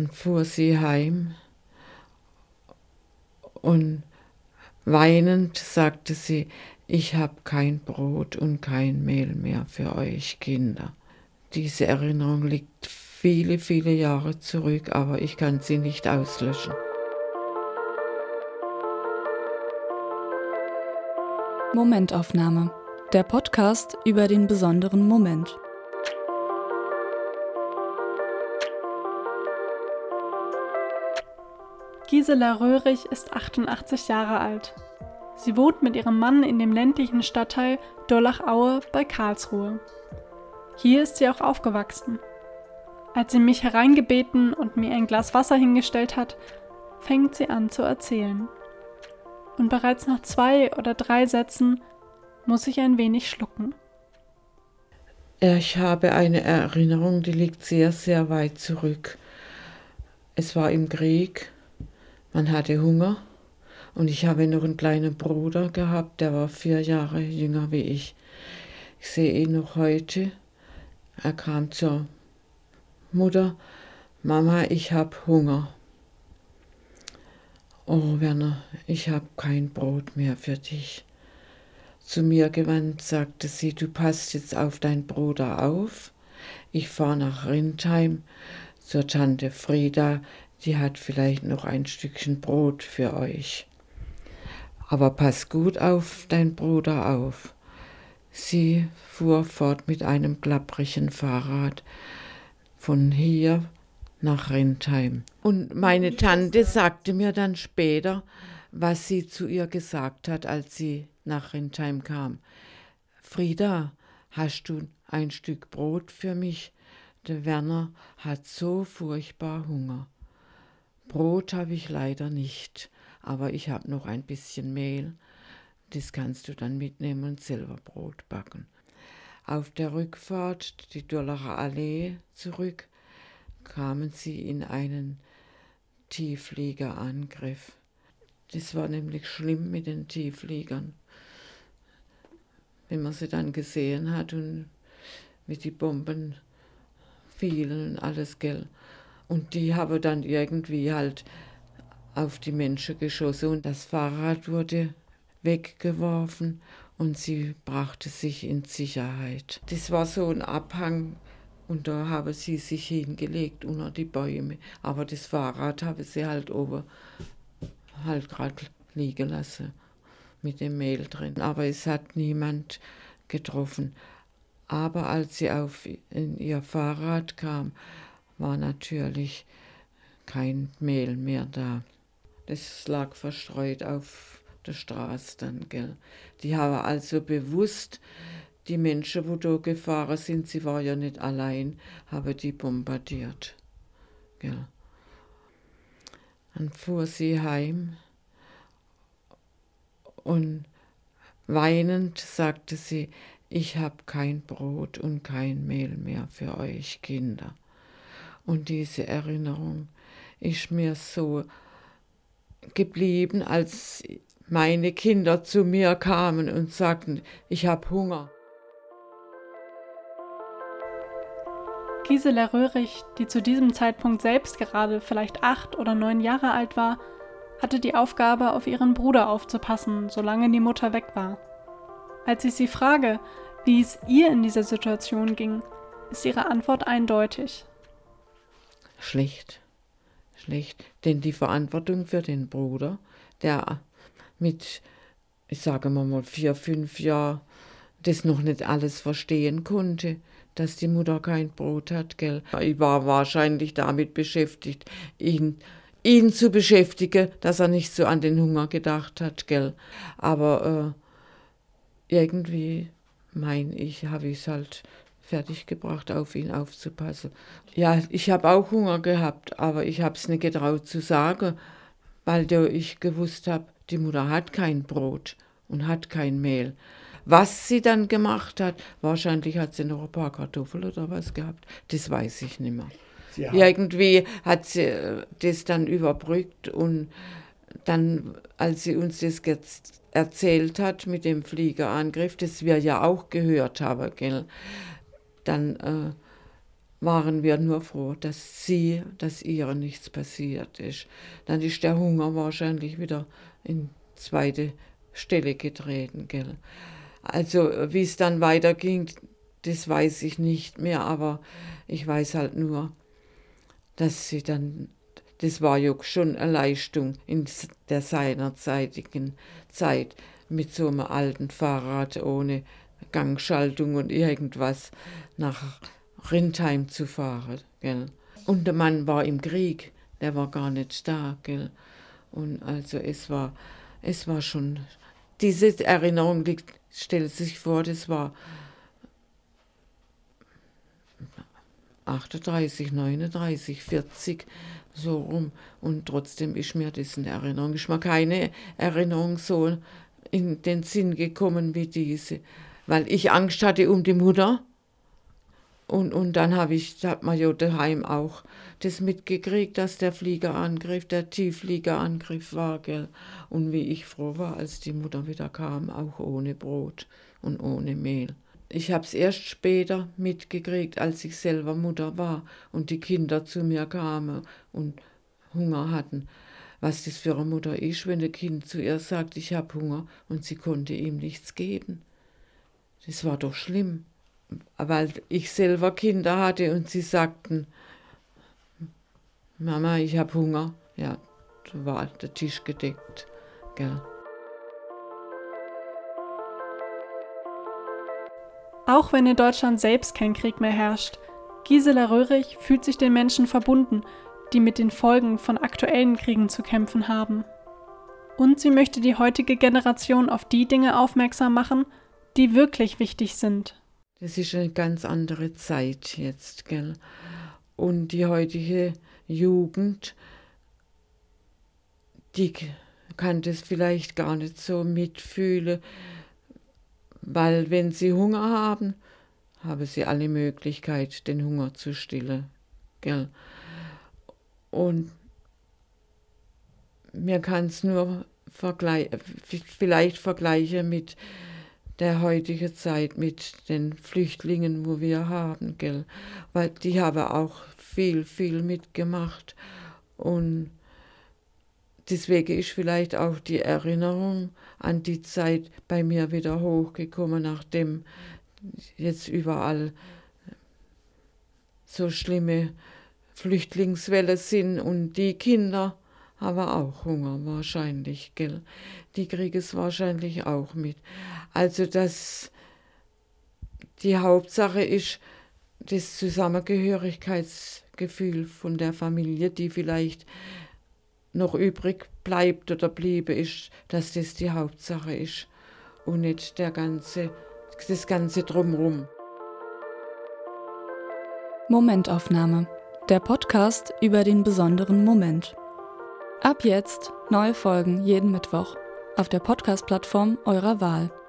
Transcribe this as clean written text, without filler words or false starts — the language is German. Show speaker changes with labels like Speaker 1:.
Speaker 1: Dann fuhr sie heim und weinend sagte sie, ich habe kein Brot und kein Mehl mehr für euch Kinder. Diese Erinnerung liegt viele, viele Jahre zurück, aber ich kann sie nicht auslöschen.
Speaker 2: Momentaufnahme. Der Podcast über den besonderen Moment.
Speaker 3: Gisela Röhrig ist 88 Jahre alt. Sie wohnt mit ihrem Mann in dem ländlichen Stadtteil Durlachaue bei Karlsruhe. Hier ist sie auch aufgewachsen. Als sie mich hereingebeten und mir ein Glas Wasser hingestellt hat, fängt sie an zu erzählen. Und bereits nach 2 oder 3 Sätzen muss ich ein wenig schlucken.
Speaker 1: Ich habe eine Erinnerung, die liegt sehr, sehr weit zurück. Es war im Krieg, man hatte Hunger und ich habe noch einen kleinen Bruder gehabt, der war 4 Jahre jünger wie ich. Ich sehe ihn noch heute. Er kam zur Mutter, Mama, ich habe Hunger. Oh Werner, ich habe kein Brot mehr für dich. Zu mir gewandt sagte sie, du passt jetzt auf deinen Bruder auf. Ich fahre nach Rindheim zur Tante Frieda, die hat vielleicht noch ein Stückchen Brot für euch. Aber pass gut auf deinen Bruder auf. Sie fuhr fort mit einem klapprigen Fahrrad von hier nach Rindheim. Und meine Tante sagte mir dann später, was sie zu ihr gesagt hat, als sie nach Rindheim kam. Frieda, hast du ein Stück Brot für mich? Der Werner hat so furchtbar Hunger. Brot habe ich leider nicht, aber ich habe noch ein bisschen Mehl. Das kannst du dann mitnehmen und selber Brot backen. Auf der Rückfahrt, die Durlacher Allee zurück, kamen sie in einen Tieffliegerangriff. Das war nämlich schlimm mit den Tieffliegern. Wenn man sie dann gesehen hat und wie die Bomben fielen und alles, gell. Und die haben dann irgendwie halt auf die Menschen geschossen und das Fahrrad wurde weggeworfen und sie brachte sich in Sicherheit. Das war so ein Abhang und da haben sie sich hingelegt unter die Bäume. Aber das Fahrrad haben sie halt oben halt gerade liegen lassen mit dem Mehl drin. Aber es hat niemand getroffen. Aber als sie in ihr Fahrrad kam, war natürlich kein Mehl mehr da. Das lag verstreut auf der Straße dann, gell. Die haben also bewusst die Menschen, wo da gefahren sind, sie war ja nicht allein, haben die bombardiert, gell. Dann fuhr sie heim und weinend sagte sie, ich habe kein Brot und kein Mehl mehr für euch Kinder. Und diese Erinnerung ist mir so geblieben, als meine Kinder zu mir kamen und sagten, ich habe Hunger.
Speaker 3: Gisela Röhrig, die zu diesem Zeitpunkt selbst gerade vielleicht 8 oder 9 Jahre alt war, hatte die Aufgabe, auf ihren Bruder aufzupassen, solange die Mutter weg war. Als ich sie frage, wie es ihr in dieser Situation ging, ist ihre Antwort eindeutig.
Speaker 1: Schlecht, denn die Verantwortung für den Bruder, der mit, ich sage mal 4, 5 Jahren, das noch nicht alles verstehen konnte, dass die Mutter kein Brot hat, gell. Ich war wahrscheinlich damit beschäftigt, ihn zu beschäftigen, dass er nicht so an den Hunger gedacht hat, gell. Aber irgendwie, habe ich es halt fertiggebracht, auf ihn aufzupassen. Ja, ich habe auch Hunger gehabt, aber ich habe es nicht getraut zu sagen, weil ich gewusst habe, die Mutter hat kein Brot und hat kein Mehl. Was sie dann gemacht hat, wahrscheinlich hat sie noch ein paar Kartoffeln oder was gehabt, das weiß ich nicht mehr. Irgendwie hat sie das dann überbrückt und dann, als sie uns das erzählt hat mit dem Fliegerangriff, das wir ja auch gehört haben, gell, dann waren wir nur froh, dass ihr nichts passiert ist. Dann ist der Hunger wahrscheinlich wieder in zweite Stelle getreten, gell. Also wie es dann weiterging, das weiß ich nicht mehr, aber ich weiß halt nur, dass sie dann, das war ja schon eine Leistung in der seinerzeitigen Zeit, mit so einem alten Fahrrad ohne Gangschaltung und irgendwas nach Rindheim zu fahren, gell. Und der Mann war im Krieg, der war gar nicht da, gell. Und also es war schon, diese Erinnerung, die stellt sich vor, das war 38, 39, 40, so rum. Und trotzdem ist mir das eine Erinnerung. Ist mir keine Erinnerung so in den Sinn gekommen wie diese. Weil ich Angst hatte um die Mutter. Und dann hat man ja daheim auch das mitgekriegt, dass der Fliegerangriff, der Tieffliegerangriff war, gell. Und wie ich froh war, als die Mutter wieder kam, auch ohne Brot und ohne Mehl. Ich habe es erst später mitgekriegt, als ich selber Mutter war und die Kinder zu mir kamen und Hunger hatten. Was das für eine Mutter ist, wenn ein Kind zu ihr sagt, ich habe Hunger und sie konnte ihm nichts geben. Das war doch schlimm, weil ich selber Kinder hatte und sie sagten, Mama, ich habe Hunger. Ja, da war der Tisch gedeckt, gell.
Speaker 3: Auch wenn in Deutschland selbst kein Krieg mehr herrscht, Gisela Röhrig fühlt sich den Menschen verbunden, die mit den Folgen von aktuellen Kriegen zu kämpfen haben. Und sie möchte die heutige Generation auf die Dinge aufmerksam machen, die wirklich wichtig sind.
Speaker 1: Das ist eine ganz andere Zeit jetzt, gell? Und die heutige Jugend, die kann das vielleicht gar nicht so mitfühlen, weil wenn sie Hunger haben, haben sie alle Möglichkeit, den Hunger zu stillen, gell? Und man kann es nur vielleicht vergleichen mit der heutigen Zeit, mit den Flüchtlingen, wo wir haben, gell? Weil die haben auch viel mitgemacht. Und deswegen ist vielleicht auch die Erinnerung an die Zeit bei mir wieder hochgekommen, nachdem jetzt überall so schlimme Flüchtlingswelle sind und die Kinder haben auch Hunger wahrscheinlich, gell? Die kriegen es wahrscheinlich auch mit. Also die Hauptsache ist das Zusammengehörigkeitsgefühl von der Familie, die vielleicht noch übrig bleibt oder bliebe, ist, dass das die Hauptsache ist und nicht das Ganze drumherum.
Speaker 2: Momentaufnahme, der Podcast über den besonderen Moment. Ab jetzt neue Folgen jeden Mittwoch auf der Podcast-Plattform eurer Wahl.